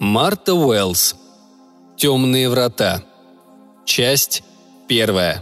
Марта Уэллс. Темные врата. Часть 1.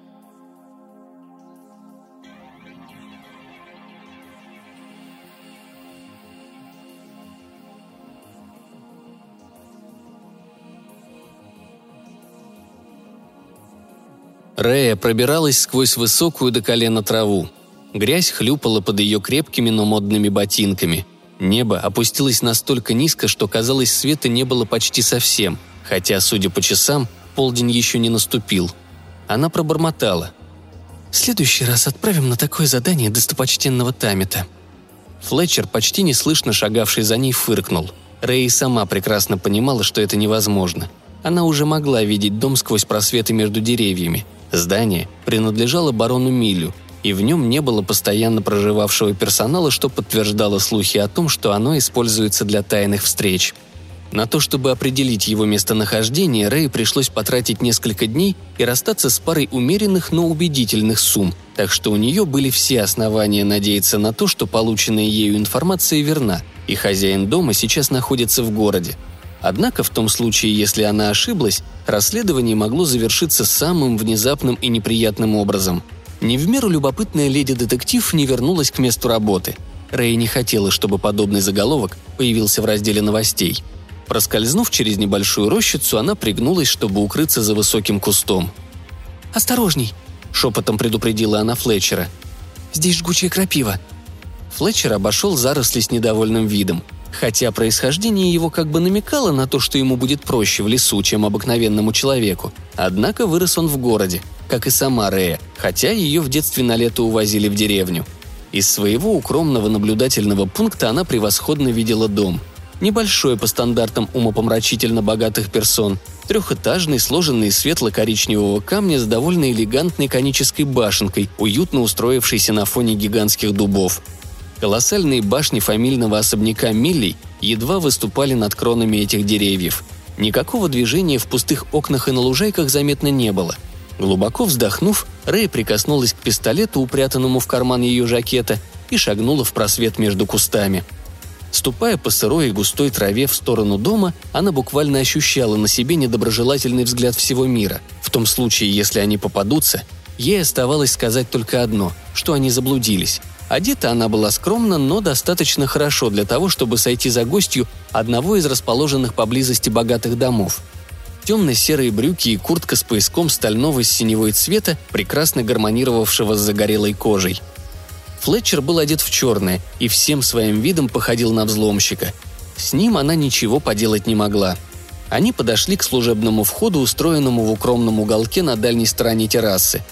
Рэя пробиралась сквозь высокую до колена траву. Грязь хлюпала под ее крепкими, но модными ботинками. Небо опустилось настолько низко, что, казалось, света не было почти совсем, хотя, судя по часам, полдень еще не наступил. Она пробормотала. «В следующий раз отправим на такое задание достопочтенного Таммета». Флетчер, почти неслышно шагавший за ней, фыркнул. Рэй сама прекрасно понимала, что это невозможно. Она уже могла видеть дом сквозь просветы между деревьями. Здание принадлежало барону Миллю, и в нем не было постоянно проживавшего персонала, что подтверждало слухи о том, что оно используется для тайных встреч. На то, чтобы определить его местонахождение, Рэй пришлось потратить несколько дней и расстаться с парой умеренных, но убедительных сумм, так что у нее были все основания надеяться на то, что полученная ею информация верна, и хозяин дома сейчас находится в городе. Однако в том случае, если она ошиблась, расследование могло завершиться самым внезапным и неприятным образом. Не в меру любопытная леди-детектив не вернулась к месту работы. Рэй не хотела, чтобы подобный заголовок появился в разделе новостей. Проскользнув через небольшую рощицу, она пригнулась, чтобы укрыться за высоким кустом. «Осторожней!» – шепотом предупредила она Флетчера. «Здесь жгучая крапива». Флетчер обошел заросли с недовольным видом. Хотя происхождение его как бы намекало на то, что ему будет проще в лесу, чем обыкновенному человеку. Однако вырос он в городе, как и сама Рэя, хотя ее в детстве на лето увозили в деревню. Из своего укромного наблюдательного пункта она превосходно видела дом. Небольшой по стандартам умопомрачительно богатых персон, трехэтажный, сложенный из светло-коричневого камня с довольно элегантной конической башенкой, уютно устроившейся на фоне гигантских дубов. Колоссальные башни фамильного особняка Миллей едва выступали над кронами этих деревьев. Никакого движения в пустых окнах и на лужайках заметно не было. Глубоко вздохнув, Рэй прикоснулась к пистолету, упрятанному в карман ее жакета, и шагнула в просвет между кустами. Ступая по сырой и густой траве в сторону дома, она буквально ощущала на себе недоброжелательный взгляд всего мира. В том случае, если они попадутся, ей оставалось сказать только одно, что они заблудились. Одета она была скромно, но достаточно хорошо для того, чтобы сойти за гостью одного из расположенных поблизости богатых домов. Темно-серые брюки и куртка с пояском стального с синевой цвета, прекрасно гармонировавшего с загорелой кожей. Флетчер был одет в черное и всем своим видом походил на взломщика. С ним она ничего поделать не могла. Они подошли к служебному входу, устроенному в укромном уголке на дальней стороне террасы.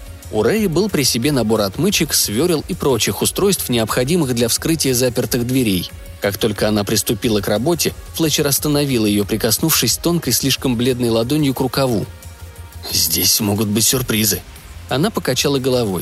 У Рэи был при себе набор отмычек, сверел и прочих устройств, необходимых для вскрытия запертых дверей. Как только она приступила к работе, Флетчер остановил ее, прикоснувшись тонкой, слишком бледной ладонью к рукаву. «Здесь могут быть сюрпризы». Она покачала головой.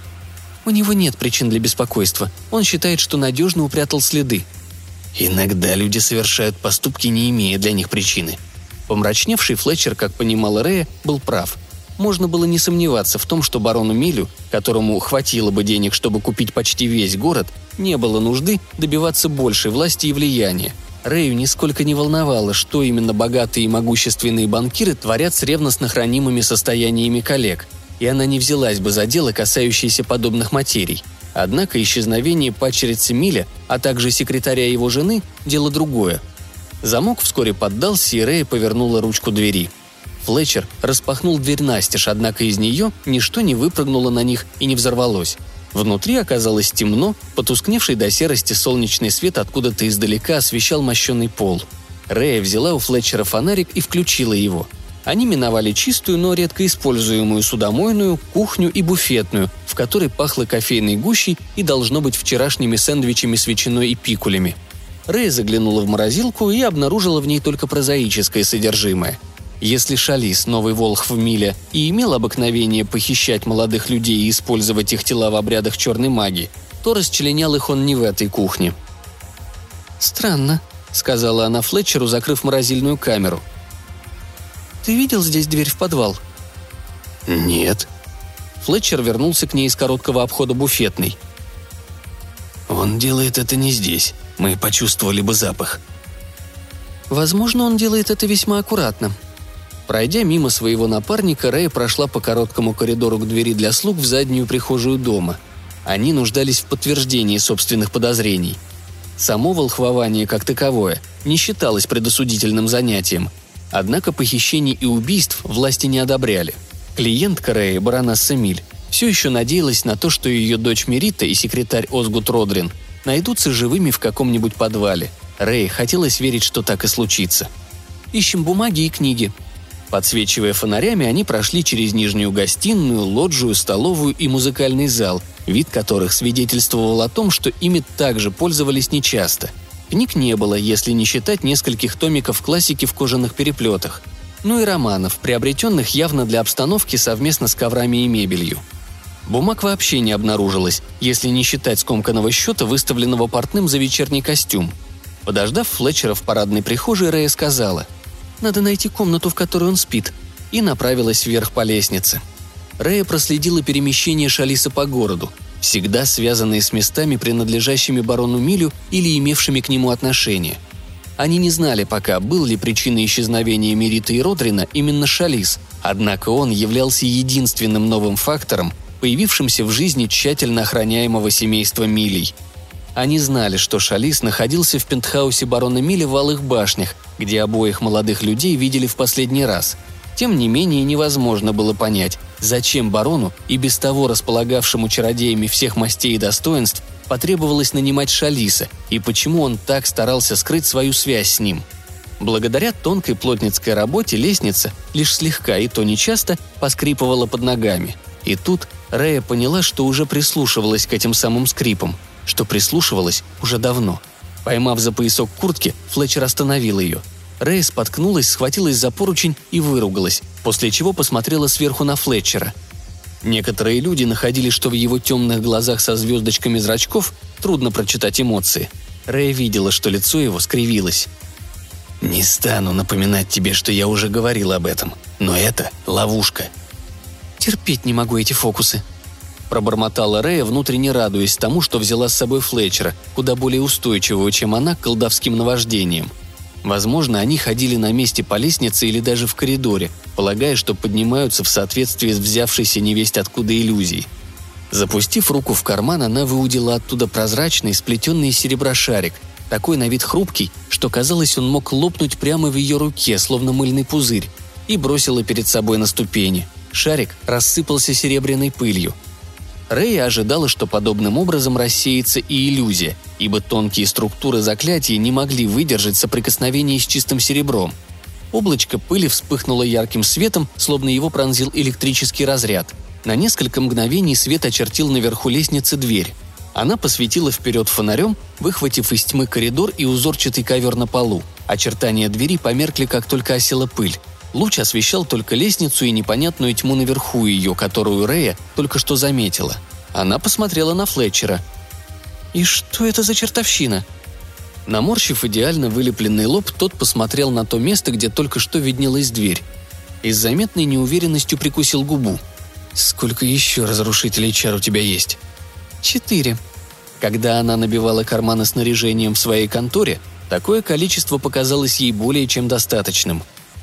«У него нет причин для беспокойства. Он считает, что надежно упрятал следы». «Иногда люди совершают поступки, не имея для них причины». Помрачневший Флетчер, как понимала Рэя, был прав. Можно было не сомневаться в том, что барону Миллю, которому хватило бы денег, чтобы купить почти весь город, не было нужды добиваться большей власти и влияния. Рэю нисколько не волновало, что именно богатые и могущественные банкиры творят с ревностно хранимыми состояниями коллег, и она не взялась бы за дело, касающееся подобных материй. Однако исчезновение падчерицы Милля, а также секретаря его жены – дело другое. Замок вскоре поддался, и Рэя повернула ручку двери. Флетчер распахнул дверь настежь, однако из нее ничто не выпрыгнуло на них и не взорвалось. Внутри оказалось темно, потускневший до серости солнечный свет откуда-то издалека освещал мощенный пол. Рэя взяла у Флетчера фонарик и включила его. Они миновали чистую, но редко используемую судомойную, кухню и буфетную, в которой пахло кофейной гущей и, должно быть, вчерашними сэндвичами с ветчиной и пикулями. Рэя заглянула в морозилку и обнаружила в ней только прозаическое содержимое. Если Шалис, новый волхв Милля, и имел обыкновение похищать молодых людей и использовать их тела в обрядах черной магии, то расчленял их он не в этой кухне. «Странно», — сказала она Флетчеру, закрыв морозильную камеру. «Ты видел здесь дверь в подвал?» «Нет». Флетчер вернулся к ней из короткого обхода буфетной. «Он делает это не здесь. Мы почувствовали бы запах». Возможно, он делает это весьма аккуратно. Пройдя мимо своего напарника, Рэя прошла по короткому коридору к двери для слуг в заднюю прихожую дома. Они нуждались в подтверждении собственных подозрений. Само волхвование как таковое не считалось предосудительным занятием, однако похищений и убийств власти не одобряли. Клиентка Рэи, баронесса Миль, все еще надеялась на то, что ее дочь Мерита и секретарь Озгут Родрин найдутся живыми в каком-нибудь подвале. Рэй хотелось верить, что так и случится. «Ищем бумаги и книги». Подсвечивая фонарями, они прошли через нижнюю гостиную, лоджию, столовую и музыкальный зал, вид которых свидетельствовал о том, что ими также пользовались нечасто. Книг не было, если не считать нескольких томиков классики в кожаных переплетах. Ну и романов, приобретенных явно для обстановки совместно с коврами и мебелью. Бумаг вообще не обнаружилось, если не считать скомканного счета, выставленного портным за вечерний костюм. Подождав Флетчера в парадной прихожей, Рэя сказала: «Надо найти комнату, в которой он спит», и направилась вверх по лестнице. Рэя проследила перемещение Шалиса по городу, всегда связанные с местами, принадлежащими барону Милю или имевшими к нему отношение. Они не знали пока, был ли причиной исчезновения Мериты и Родрина именно Шалис, однако он являлся единственным новым фактором, появившимся в жизни тщательно охраняемого семейства Милей. Они знали, что Шалис находился в пентхаусе барона Миля в Алых башнях, где обоих молодых людей видели в последний раз. Тем не менее, невозможно было понять, зачем барону и без того располагавшему чародеями всех мастей и достоинств потребовалось нанимать Шалиса и почему он так старался скрыть свою связь с ним. Благодаря тонкой плотницкой работе лестница лишь слегка и то нечасто поскрипывала под ногами. И тут Рэя поняла, что уже прислушивалась к этим самым скрипам, что прислушивалась уже давно. Поймав за поясок куртки, Флетчер остановил ее. Рэя споткнулась, схватилась за поручень и выругалась, после чего посмотрела сверху на Флетчера. Некоторые люди находили, что в его темных глазах со звездочками зрачков трудно прочитать эмоции. Рэя видела, что лицо его скривилось. «Не стану напоминать тебе, что я уже говорил об этом, но это ловушка». «Терпеть не могу эти фокусы», – пробормотала Рэя, внутренне радуясь тому, что взяла с собой Флетчера, куда более устойчивого, чем она, к колдовским наваждениям. Возможно, они ходили на месте по лестнице или даже в коридоре, полагая, что поднимаются в соответствии с взявшейся невесть откуда иллюзией. Запустив руку в карман, она выудила оттуда прозрачный, сплетенный из серебра шарик, такой на вид хрупкий, что казалось, он мог лопнуть прямо в ее руке, словно мыльный пузырь, и бросила перед собой на ступени. Шарик рассыпался серебряной пылью. Рэя ожидала, что подобным образом рассеется и иллюзия, ибо тонкие структуры заклятия не могли выдержать соприкосновение с чистым серебром. Облачко пыли вспыхнуло ярким светом, словно его пронзил электрический разряд. На несколько мгновений свет очертил наверху лестницы дверь. Она посветила вперед фонарем, выхватив из тьмы коридор и узорчатый ковер на полу. Очертания двери померкли, как только осела пыль. Луч освещал только лестницу и непонятную тьму наверху ее, которую Рэя только что заметила. Она посмотрела на Флетчера. «И что это за чертовщина?» Наморщив идеально вылепленный лоб, тот посмотрел на то место, где только что виднелась дверь. И с заметной неуверенностью прикусил губу. «Сколько еще разрушителей чар у тебя есть?» 4. Когда она набивала карманы снаряжением в своей конторе, такое количество показалось ей более чем достаточным.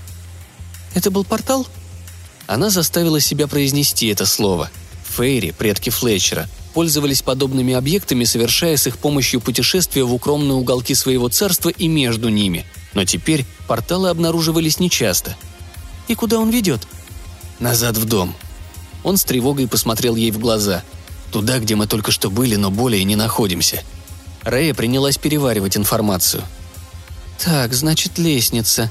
«Это был портал?» Она заставила себя произнести это слово. Фейри, предки Флетчера, пользовались подобными объектами, совершая с их помощью путешествия в укромные уголки своего царства и между ними. Но теперь порталы обнаруживались нечасто. «И куда он ведет?» «Назад в дом». Он с тревогой посмотрел ей в глаза. «Туда, где мы только что были, но более не находимся». Рэя принялась переваривать информацию. «Так, значит, лестница»,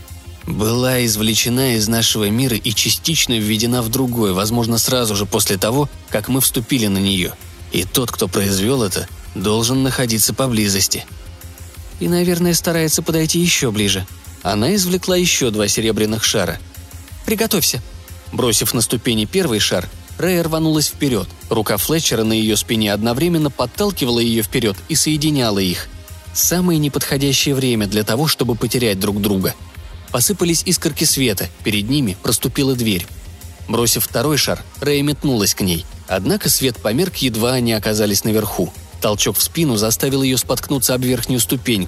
была извлечена из нашего мира и частично введена в другой, возможно, сразу же после того, как мы вступили на нее. И тот, кто произвел это, должен находиться поблизости. И, наверное, старается подойти еще ближе. Она извлекла еще 2 серебряных шара. «Приготовься». Бросив на ступени первый шар, Рэя рванулась вперед. Рука Флетчера на ее спине одновременно подталкивала ее вперед и соединяла их. Самое неподходящее время для того, чтобы потерять друг друга. Посыпались искорки света, перед ними проступила дверь. Бросив второй шар, Рэя метнулась к ней, однако свет померк, едва они оказались наверху. Толчок в спину заставил ее споткнуться об верхнюю ступеньку.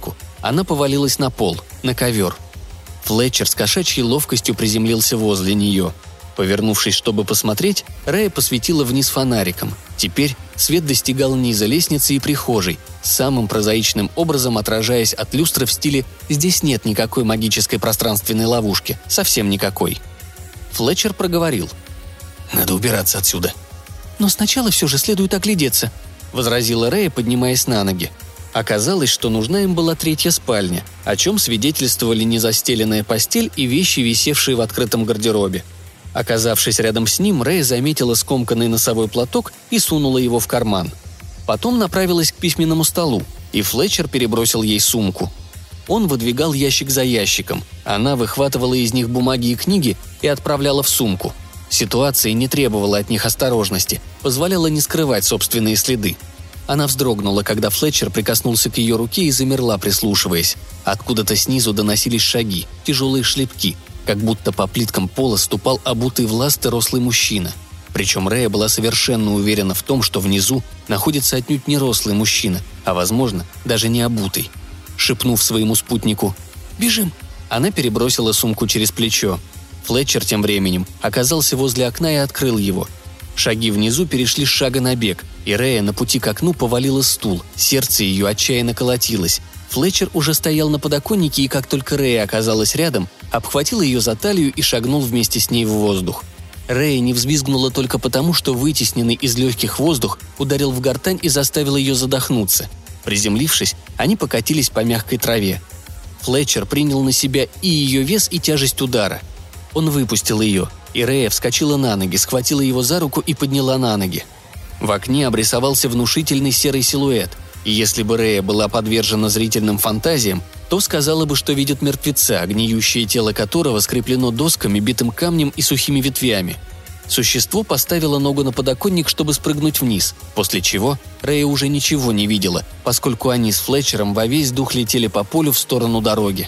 Она повалилась на пол, на ковер. Флетчер с кошачьей ловкостью приземлился возле нее. Повернувшись, чтобы посмотреть, Рэя посветила вниз фонариком. Теперь свет достигал низа лестницы и прихожей, самым прозаичным образом отражаясь от люстры в стиле «здесь нет никакой магической пространственной ловушки, совсем никакой». Флетчер проговорил. «Надо убираться отсюда». «Но сначала все же следует оглядеться», — возразила Рэя, поднимаясь на ноги. Оказалось, что нужна им была третья спальня, о чем свидетельствовали незастеленная постель и вещи, висевшие в открытом гардеробе. Оказавшись рядом с ним, Рэя заметила скомканный носовой платок и сунула его в карман. Потом направилась к письменному столу, и Флетчер перебросил ей сумку. Он выдвигал ящик за ящиком, она выхватывала из них бумаги и книги и отправляла в сумку. Ситуация не требовала от них осторожности, позволяла не скрывать собственные следы. Она вздрогнула, когда Флетчер прикоснулся к ее руке и замерла, прислушиваясь. Откуда-то снизу доносились шаги, тяжелые шлепки, как будто по плиткам пола ступал обутый в ласты рослый мужчина. Причем Рэя была совершенно уверена в том, что внизу находится отнюдь не рослый мужчина, а, возможно, даже не обутый. Шепнув своему спутнику «Бежим!», она перебросила сумку через плечо. Флетчер тем временем оказался возле окна и открыл его. Шаги внизу перешли с шага на бег, и Рэя на пути к окну повалила стул, сердце ее отчаянно колотилось. Флетчер уже стоял на подоконнике, и как только Рэя оказалась рядом, обхватил ее за талию и шагнул вместе с ней в воздух. Рэя не взвизгнула только потому, что вытесненный из легких воздух ударил в гортань и заставил ее задохнуться. Приземлившись, они покатились по мягкой траве. Флетчер принял на себя и ее вес, и тяжесть удара. Он выпустил ее, и Рэя вскочила на ноги, схватила его за руку и подняла на ноги. В окне обрисовался внушительный серый силуэт, и если бы Рэя была подвержена зрительным фантазиям, то сказала бы, что видит мертвеца, гниющее тело которого скреплено досками, битым камнем и сухими ветвями. Существо поставило ногу на подоконник, чтобы спрыгнуть вниз, после чего Рэя уже ничего не видела, поскольку они с Флетчером во весь дух летели по полю в сторону дороги.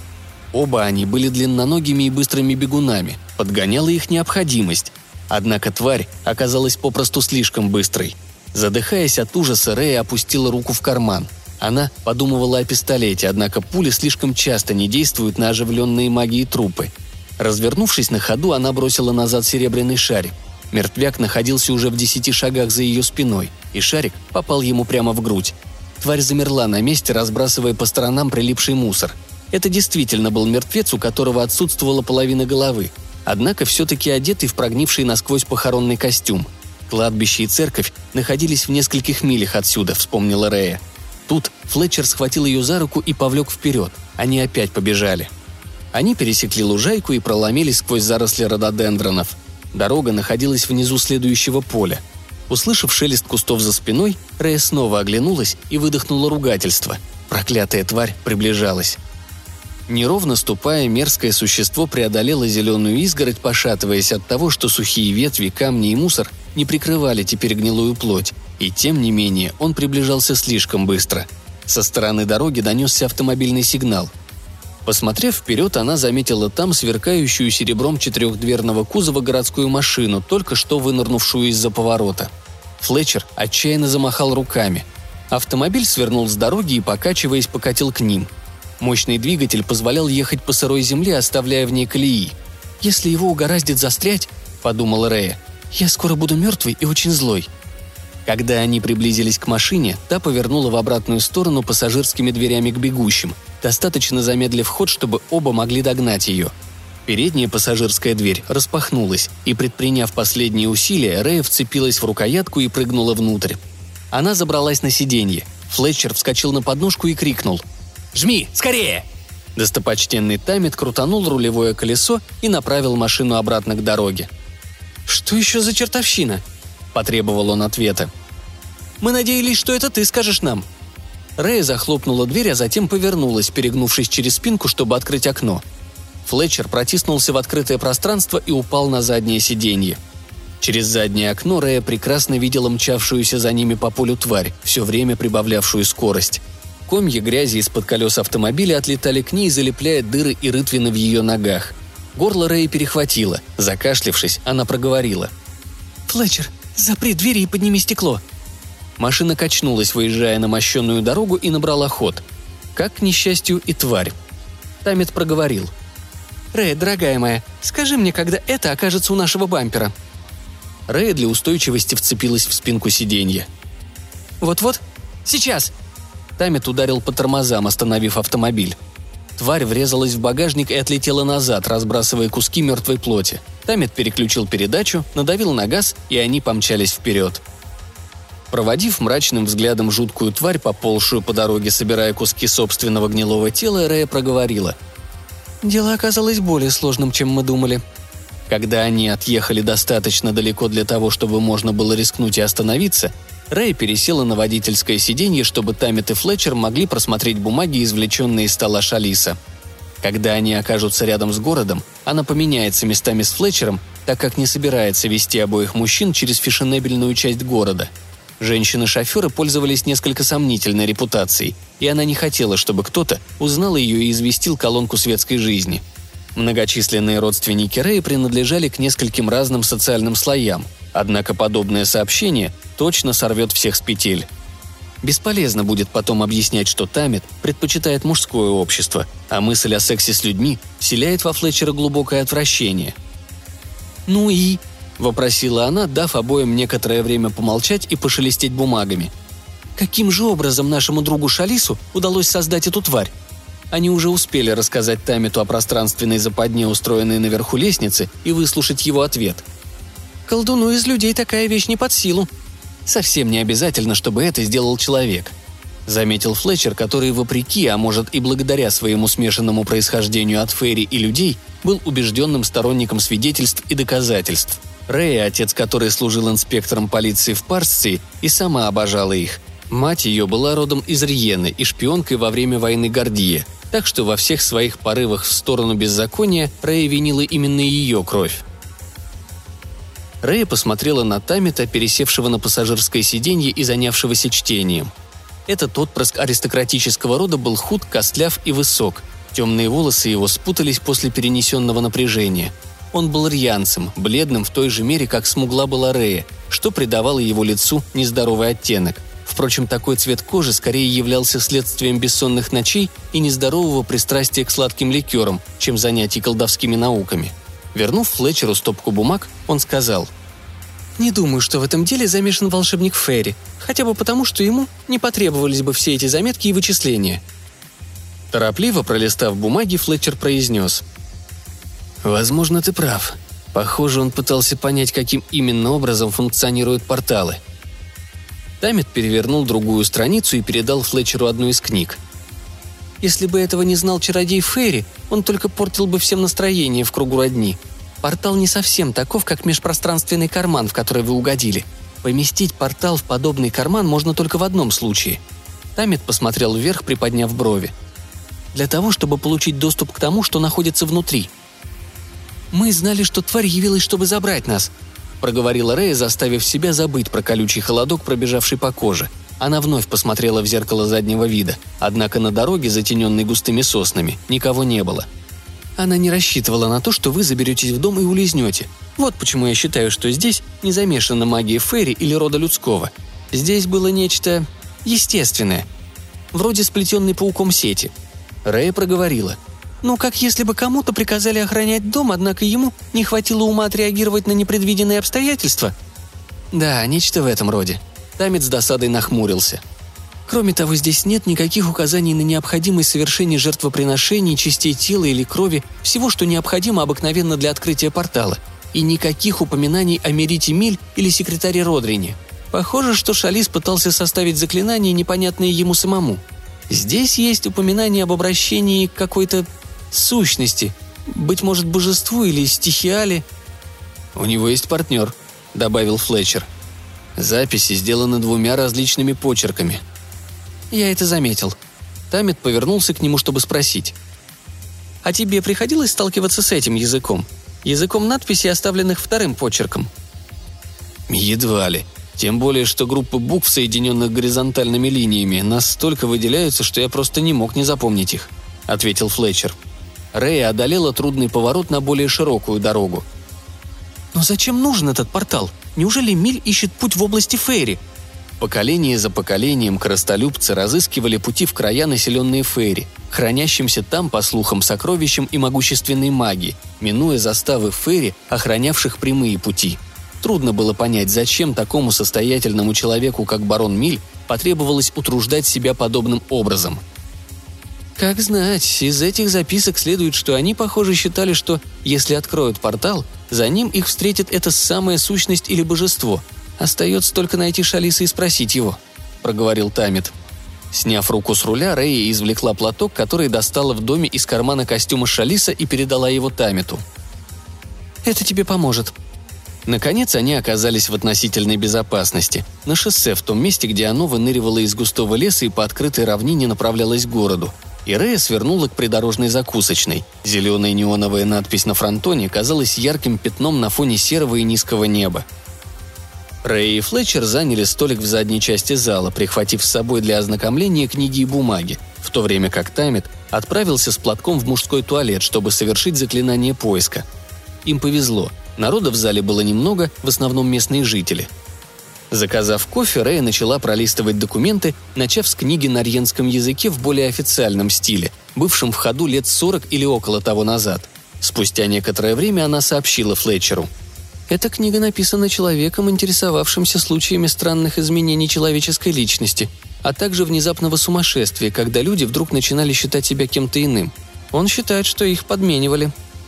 Оба они были длинноногими и быстрыми бегунами, подгоняла их необходимость. Однако тварь оказалась попросту слишком быстрой. Задыхаясь от ужаса, Рэя опустила руку в карман. Она подумывала о пистолете, однако пули слишком часто не действуют на оживленные магией трупы. Развернувшись на ходу, она бросила назад серебряный шарик. Мертвяк находился уже в 10 шагах за ее спиной, и шарик попал ему прямо в грудь. Тварь замерла на месте, разбрасывая по сторонам прилипший мусор. Это действительно был мертвец, у которого отсутствовала половина головы, однако все-таки одетый в прогнивший насквозь похоронный костюм. Кладбище и церковь находились в нескольких милях отсюда, вспомнила Рэя. Тут Флетчер схватил ее за руку и повлек вперед. Они опять побежали. Они пересекли лужайку и проломились сквозь заросли рододендронов. Дорога находилась внизу следующего поля. Услышав шелест кустов за спиной, Рэя снова оглянулась и выдохнула ругательство. Проклятая тварь приближалась. Неровно ступая, мерзкое существо преодолело зеленую изгородь, пошатываясь от того, что сухие ветви, камни и мусор не прикрывали теперь гнилую плоть, и тем не менее он приближался слишком быстро. Со стороны дороги донесся автомобильный сигнал. Посмотрев вперед, она заметила там сверкающую серебром четырехдверного кузова городскую машину, только что вынырнувшую из-за поворота. Флетчер отчаянно замахал руками. Автомобиль свернул с дороги и, покачиваясь, покатил к ним. Мощный двигатель позволял ехать по сырой земле, оставляя в ней колеи. «Если его угораздит застрять», — подумала Рэя, — «я скоро буду мертвой и очень злой». Когда они приблизились к машине, та повернула в обратную сторону пассажирскими дверями к бегущим, достаточно замедлив ход, чтобы оба могли догнать ее. Передняя пассажирская дверь распахнулась, и, предприняв последние усилия, Рэя вцепилась в рукоятку и прыгнула внутрь. Она забралась на сиденье. Флетчер вскочил на подножку и крикнул: «Жми, скорее!» Достопочтенный Таммит крутанул рулевое колесо и направил машину обратно к дороге. «Что еще за чертовщина?» – потребовал он ответа. «Мы надеялись, что это ты скажешь нам». Рэя захлопнула дверь, а затем повернулась, перегнувшись через спинку, чтобы открыть окно. Флетчер протиснулся в открытое пространство и упал на заднее сиденье. Через заднее окно Рэя прекрасно видела мчавшуюся за ними по полю тварь, все время прибавлявшую скорость. Комья грязи из-под колес автомобиля отлетали к ней, залепляя дыры и рытвины в ее ногах. Горло Рэи перехватило. Закашлявшись, она проговорила: «Флетчер, запри двери и подними стекло». Машина качнулась, выезжая на мощенную дорогу, и набрала ход. Как, к несчастью, и тварь. Тамет проговорил. «Рэй, дорогая моя, скажи мне, когда это окажется у нашего бампера». Рэй для устойчивости вцепилась в спинку сиденья. «Вот-вот. Сейчас!» Тамет ударил по тормозам, остановив автомобиль. Тварь врезалась в багажник и отлетела назад, разбрасывая куски мертвой плоти. Тамет переключил передачу, надавил на газ, и они помчались вперед. Проводив мрачным взглядом жуткую тварь, поползшую по дороге, собирая куски собственного гнилого тела, Рэя проговорила. «Дело оказалось более сложным, чем мы думали». Когда они отъехали достаточно далеко для того, чтобы можно было рискнуть и остановиться, Рэй пересела на водительское сиденье, чтобы Тамет и Флетчер могли просмотреть бумаги, извлеченные из стола Шалиса. Когда они окажутся рядом с городом, она поменяется местами с Флетчером, так как не собирается вести обоих мужчин через фешенебельную часть города. Женщины-шоферы пользовались несколько сомнительной репутацией, и она не хотела, чтобы кто-то узнал ее и известил колонку светской жизни. Многочисленные родственники Рэя принадлежали к нескольким разным социальным слоям, однако подобное сообщение точно сорвет всех с петель. Бесполезно будет потом объяснять, что Тамет предпочитает мужское общество, а мысль о сексе с людьми вселяет во Флетчера глубокое отвращение. «Ну и?» – вопросила она, дав обоим некоторое время помолчать и пошелестеть бумагами. «Каким же образом нашему другу Шалису удалось создать эту тварь?» Они уже успели рассказать Тамету о пространственной западне, устроенной наверху лестницы, и выслушать его ответ. «Колдуну из людей такая вещь не под силу». «Совсем не обязательно, чтобы это сделал человек», — заметил Флетчер, который, вопреки, а может и благодаря своему смешанному происхождению от фейри и людей, был убежденным сторонником свидетельств и доказательств. Рэя, отец которой служил инспектором полиции в Парсции, и сама обожала их. Мать ее была родом из Риены и шпионкой во время войны Гордия, так что во всех своих порывах в сторону беззакония Рэя винила именно ее кровь. Рэя посмотрела на Тамета, пересевшего на пассажирское сиденье и занявшегося чтением. Этот отпрыск аристократического рода был худ, костляв и высок. Темные волосы его спутались после перенесенного напряжения. Он был рьянцем, бледным в той же мере, как смугла была Рэя, что придавало его лицу нездоровый оттенок. Впрочем, такой цвет кожи скорее являлся следствием бессонных ночей и нездорового пристрастия к сладким ликерам, чем занятий колдовскими науками. Вернув Флетчеру стопку бумаг, он сказал: «Не думаю, что в этом деле замешан волшебник Ферри, хотя бы потому, что ему не потребовались бы все эти заметки и вычисления». Торопливо пролистав бумаги, Флетчер произнес: «Возможно, ты прав. Похоже, он пытался понять, каким именно образом функционируют порталы». Тамет перевернул другую страницу и передал Флетчеру одну из книг. «Если бы этого не знал чародей Ферри, он только портил бы всем настроение в кругу родни. Портал не совсем таков, как межпространственный карман, в который вы угодили. Поместить портал в подобный карман можно только в одном случае». Тамет посмотрел вверх, приподняв брови. «Для того, чтобы получить доступ к тому, что находится внутри». «Мы знали, что тварь явилась, чтобы забрать нас», — проговорила Рэя, заставив себя забыть про колючий холодок, пробежавший по коже. Она вновь посмотрела в зеркало заднего вида, однако на дороге, затененной густыми соснами, никого не было. «Она не рассчитывала на то, что вы заберетесь в дом и улизнете. Вот почему я считаю, что здесь не замешана магия Ферри или рода людского. Здесь было нечто естественное, вроде сплетенной пауком сети». Рэя проговорила: «Ну, как если бы кому-то приказали охранять дом, однако ему не хватило ума отреагировать на непредвиденные обстоятельства?» «Да, нечто в этом роде». Тамет с досадой нахмурился. «Кроме того, здесь нет никаких указаний на необходимость совершения жертвоприношений, частей тела или крови, всего, что необходимо обыкновенно для открытия портала, и никаких упоминаний о Мерите Миль или секретаре Родрине. Похоже, что Шалис пытался составить заклинание, непонятное ему самому. Здесь есть упоминание об обращении к какой-то сущности, быть может, божеству или стихиале». «У него есть партнер», — добавил Флетчер. «Записи сделаны 2 различными почерками». «Я это заметил». Тамет повернулся к нему, чтобы спросить: «А тебе приходилось сталкиваться с этим языком? Языком надписей, оставленных 2 почерком?» «Едва ли. Тем более, что группы букв, соединенных горизонтальными линиями, настолько выделяются, что я просто не мог не запомнить их», — ответил Флетчер. Рэя одолела трудный поворот на более широкую дорогу. «Но зачем нужен этот портал? Неужели Миль ищет путь в области Фейри?» Поколение за поколением коростолюбцы разыскивали пути в края, населенные фейри, хранящимся там, по слухам, сокровищем и могущественной магии, минуя заставы фейри, охранявших прямые пути. Трудно было понять, зачем такому состоятельному человеку, как барон Миль, потребовалось утруждать себя подобным образом. Как знать, из этих записок следует, что они, похоже, считали, что, если откроют портал, за ним их встретит эта самая сущность или божество. Остается только найти Шалиса и спросить его», — проговорил Тамит. Сняв руку с руля, Рея извлекла платок, который достала в доме из кармана костюма Шалиса и передала его Тамиту. «Это тебе поможет». Наконец они оказались в относительной безопасности, на шоссе в том месте, где оно выныривало из густого леса и по открытой равнине направлялось к городу. И Рея свернула к придорожной закусочной. Зеленая неоновая надпись на фронтоне казалась ярким пятном на фоне серого и низкого неба. Рэй и Флетчер заняли столик в задней части зала, прихватив с собой для ознакомления книги и бумаги, в то время как Тамит отправился с платком в мужской туалет, чтобы совершить заклинание поиска. Им повезло. Народа в зале было немного, в основном местные жители. Заказав кофе, Рэй начала пролистывать документы, начав с книги на рьенском языке в более официальном стиле, бывшем в ходу лет 40 или около того назад. Спустя некоторое время она сообщила Флетчеру. «Эта книга написана человеком, интересовавшимся случаями странных изменений человеческой личности, а также внезапного сумасшествия, когда люди вдруг начинали считать себя кем-то иным. Он считает, что их подменивали».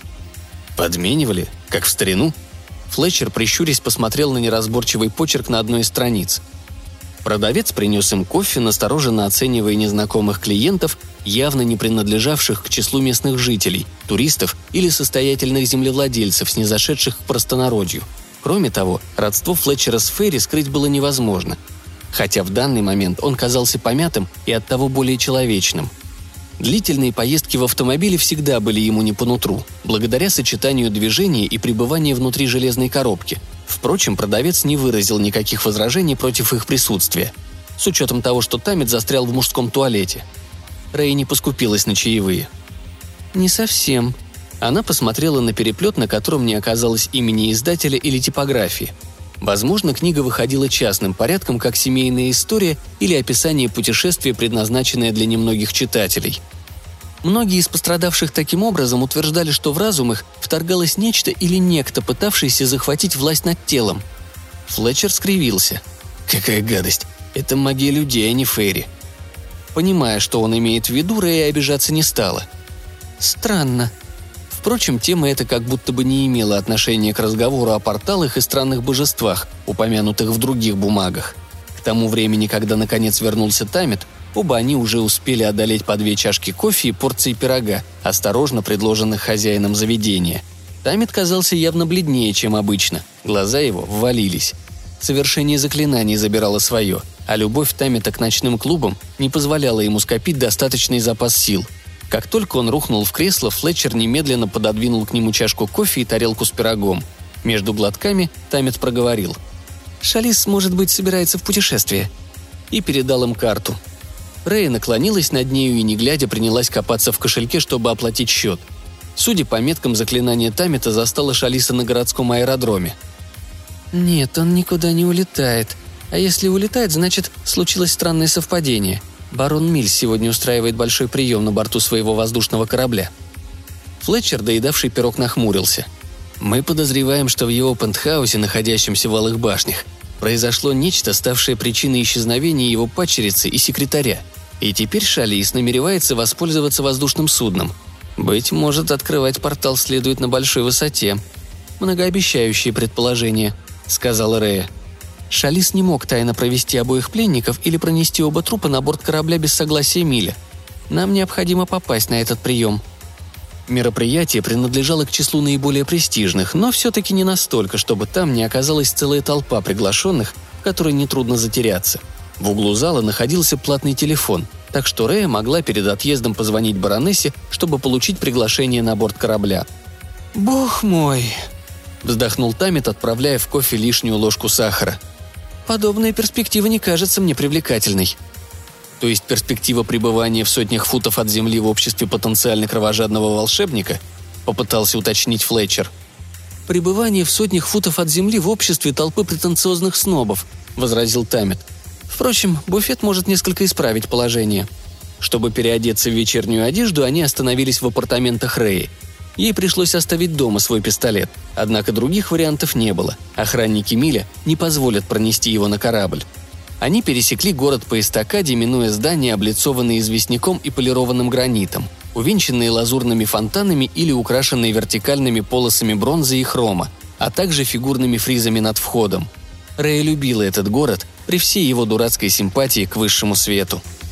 «Подменивали? Как в старину?» Флетчер, прищурясь, посмотрел на неразборчивый почерк на одной из страниц. Продавец принес им кофе, настороженно оценивая незнакомых клиентов, явно не принадлежавших к числу местных жителей, туристов или состоятельных землевладельцев, снизошедших к простонародью. Кроме того, родство Флетчера с Фейри скрыть было невозможно. Хотя в данный момент он казался помятым и оттого более человечным. Длительные поездки в автомобиле всегда были ему не по нутру, благодаря сочетанию движения и пребывания внутри железной коробки. Впрочем, продавец не выразил никаких возражений против их присутствия, с учетом того, что Тамит застрял в мужском туалете. Рэй не поскупилась на чаевые. «Не совсем». Она посмотрела на переплет, на котором не оказалось имени издателя или типографии. Возможно, книга выходила частным порядком, как семейная история или описание путешествия, предназначенное для немногих читателей. Многие из пострадавших таким образом утверждали, что в разум их вторгалось нечто или некто, пытавшийся захватить власть над телом. Флетчер скривился. «Какая гадость! Это магия людей, а не фейри». Понимая, что он имеет в виду, Рэй обижаться не стала. «Странно». Впрочем, тема эта как будто бы не имела отношения к разговору о порталах и странных божествах, упомянутых в других бумагах. К тому времени, когда наконец вернулся Тамит, оба они уже успели одолеть по 2 чашки кофе и порции пирога, осторожно предложенных хозяином заведения. Тамит казался явно бледнее, чем обычно, глаза его ввалились. Совершение заклинаний забирало свое, а любовь Тамита к ночным клубам не позволяла ему скопить достаточный запас сил. Как только он рухнул в кресло, Флетчер немедленно пододвинул к нему чашку кофе и тарелку с пирогом. Между глотками Тамит проговорил. «Шалис, может быть, собирается в путешествие». И передал им карту. Рэй наклонилась над нею и, не глядя, принялась копаться в кошельке, чтобы оплатить счет. Судя по меткам, заклинание Тамита застало Шалиса на городском аэродроме. «Нет, он никуда не улетает. А если улетает, значит, случилось странное совпадение. Барон Миль сегодня устраивает большой прием на борту своего воздушного корабля». Флетчер, доедавший пирог, нахмурился. «Мы подозреваем, что в его пентхаусе, находящемся в Алых башнях, произошло нечто, ставшее причиной исчезновения его падчерицы и секретаря. И теперь Шалис намеревается воспользоваться воздушным судном. Быть может, открывать портал следует на большой высоте. Многообещающее предположение», — сказала Рея. Шалис не мог тайно провести обоих пленников или пронести оба трупа на борт корабля без согласия Миля. Нам необходимо попасть на этот прием. Мероприятие принадлежало к числу наиболее престижных, но все-таки не настолько, чтобы там не оказалась целая толпа приглашенных, в которой нетрудно затеряться. В углу зала находился платный телефон, так что Рея могла перед отъездом позвонить баронессе, чтобы получить приглашение на борт корабля. «Бог мой!» – вздохнул Тамит, отправляя в кофе лишнюю ложку сахара. «Подобная перспектива не кажется мне привлекательной». «То есть перспектива пребывания в сотнях футов от земли в обществе потенциально кровожадного волшебника?» – попытался уточнить Флетчер. «Пребывание в сотнях футов от земли в обществе толпы претенциозных снобов», – возразил Тамит. Впрочем, буфет может несколько исправить положение. Чтобы переодеться в вечернюю одежду, они остановились в апартаментах Рэи. Ей пришлось оставить дома свой пистолет, однако других вариантов не было. Охранники Миля не позволят пронести его на корабль. Они пересекли город по эстакаде, минуя здания, облицованные известняком и полированным гранитом, увенчанные лазурными фонтанами или украшенные вертикальными полосами бронзы и хрома, а также фигурными фризами над входом. Рэя любила этот город при всей его дурацкой симпатии к высшему свету.